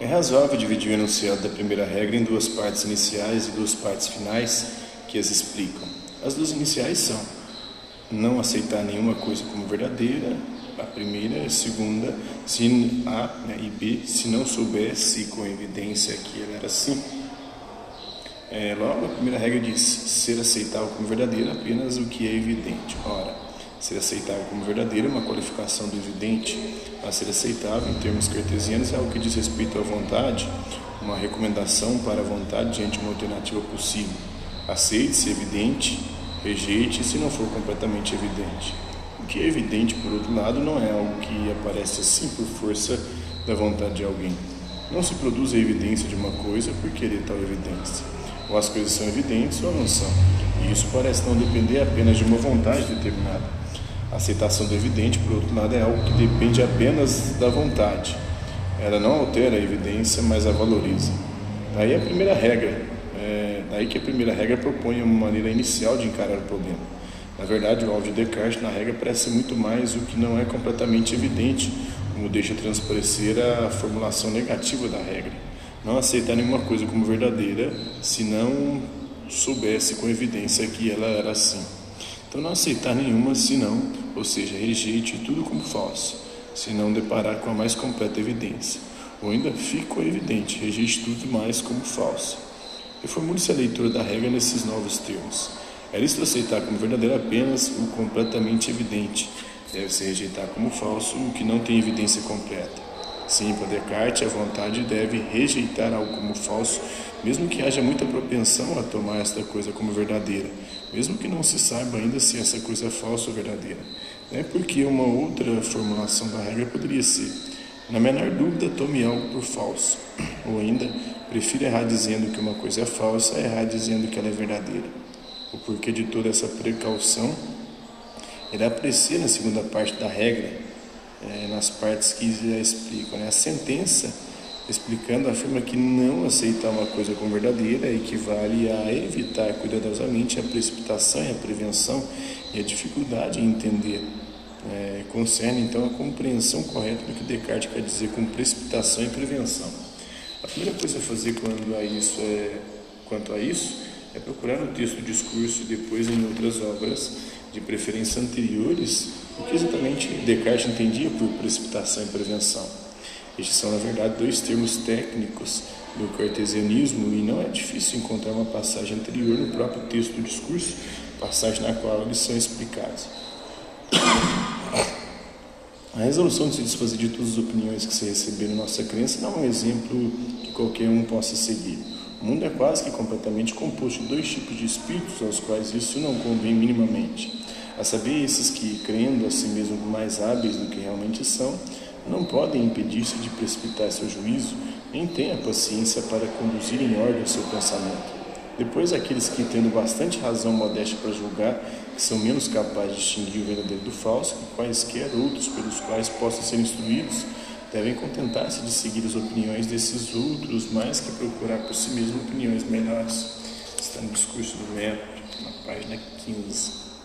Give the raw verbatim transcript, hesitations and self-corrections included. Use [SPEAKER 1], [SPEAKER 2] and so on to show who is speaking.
[SPEAKER 1] É razoável dividir o enunciado da primeira regra em duas partes iniciais e duas partes finais que as explicam. As duas iniciais são não aceitar nenhuma coisa como verdadeira, a primeira, a segunda, se A, né, e B, se não soubesse com evidência que ela era assim. É, logo, a primeira regra diz ser aceitável como verdadeiro apenas o que é evidente. Ora, ser aceitável como verdadeiro é uma qualificação do evidente. A ser aceitável, em termos cartesianos, é algo que diz respeito à vontade, uma recomendação para a vontade diante de uma alternativa possível. Aceite-se evidente, rejeite se não for completamente evidente. O que é evidente, por outro lado, não é algo que aparece assim por força da vontade de alguém. Não se produz a evidência de uma coisa por querer tal evidência. Ou as coisas são evidentes ou não são. E isso parece não depender apenas de uma vontade determinada. A aceitação do evidente, por outro lado, é algo que depende apenas da vontade. Ela não altera a evidência, mas a valoriza. Daí a primeira regra, é, daí que a primeira regra propõe uma maneira inicial de encarar o problema. Na verdade, o alvo de Descartes na regra parece muito mais o que não é completamente evidente, como deixa transparecer a formulação negativa da regra. Não aceitar nenhuma coisa como verdadeira se não soubesse com evidência que ela era assim. Então, não aceitar nenhuma senão, ou seja, rejeite tudo como falso, se não deparar com a mais completa evidência. Ou ainda fica evidente, rejeite tudo mais como falso. Reformule-se a leitura da regra nesses novos termos. É lícito aceitar como verdadeiro apenas o completamente evidente. Deve-se rejeitar como falso o que não tem evidência completa. Sim, para Descartes, a vontade deve rejeitar algo como falso, mesmo que haja muita propensão a tomar esta coisa como verdadeira, mesmo que não se saiba ainda se essa coisa é falsa ou verdadeira. Não é porque uma outra formulação da regra poderia ser: na menor dúvida, tome algo por falso. Ou ainda, prefira errar dizendo que uma coisa é falsa a errar dizendo que ela é verdadeira. O porquê de toda essa precaução irá aparecer na segunda parte da regra, é, nas partes que já explicam. Né? A sentença, explicando, afirma que não aceitar uma coisa como verdadeira equivale a evitar cuidadosamente a precipitação e a prevenção e a dificuldade em entender. É, concerne, então, a compreensão correta do que Descartes quer dizer com precipitação e prevenção. A primeira coisa a fazer quando a isso é, quanto a isso é procurar no texto do discurso e depois em outras obras, de preferência anteriores, o que exatamente Descartes entendia por precipitação e prevenção. Estes são, na verdade, dois termos técnicos do cartesianismo e não é difícil encontrar uma passagem anterior no próprio texto do discurso, passagem na qual eles são explicados. A resolução de se desfazer de todas as opiniões que se receberam em nossa crença não é um exemplo que qualquer um possa seguir. O mundo é quase que completamente composto de dois tipos de espíritos aos quais isso não convém minimamente. A saber, esses que, crendo a si mesmos mais hábeis do que realmente são, não podem impedir-se de precipitar seu juízo, nem têm a paciência para conduzir em ordem o seu pensamento. Depois, aqueles que, tendo bastante razão modéstia para julgar, que são menos capazes de distinguir o verdadeiro do falso, e quaisquer outros pelos quais possam ser instruídos, devem contentar-se de seguir as opiniões desses outros, mais que procurar por si mesmo opiniões melhores. Está no discurso do Método, na página quinze.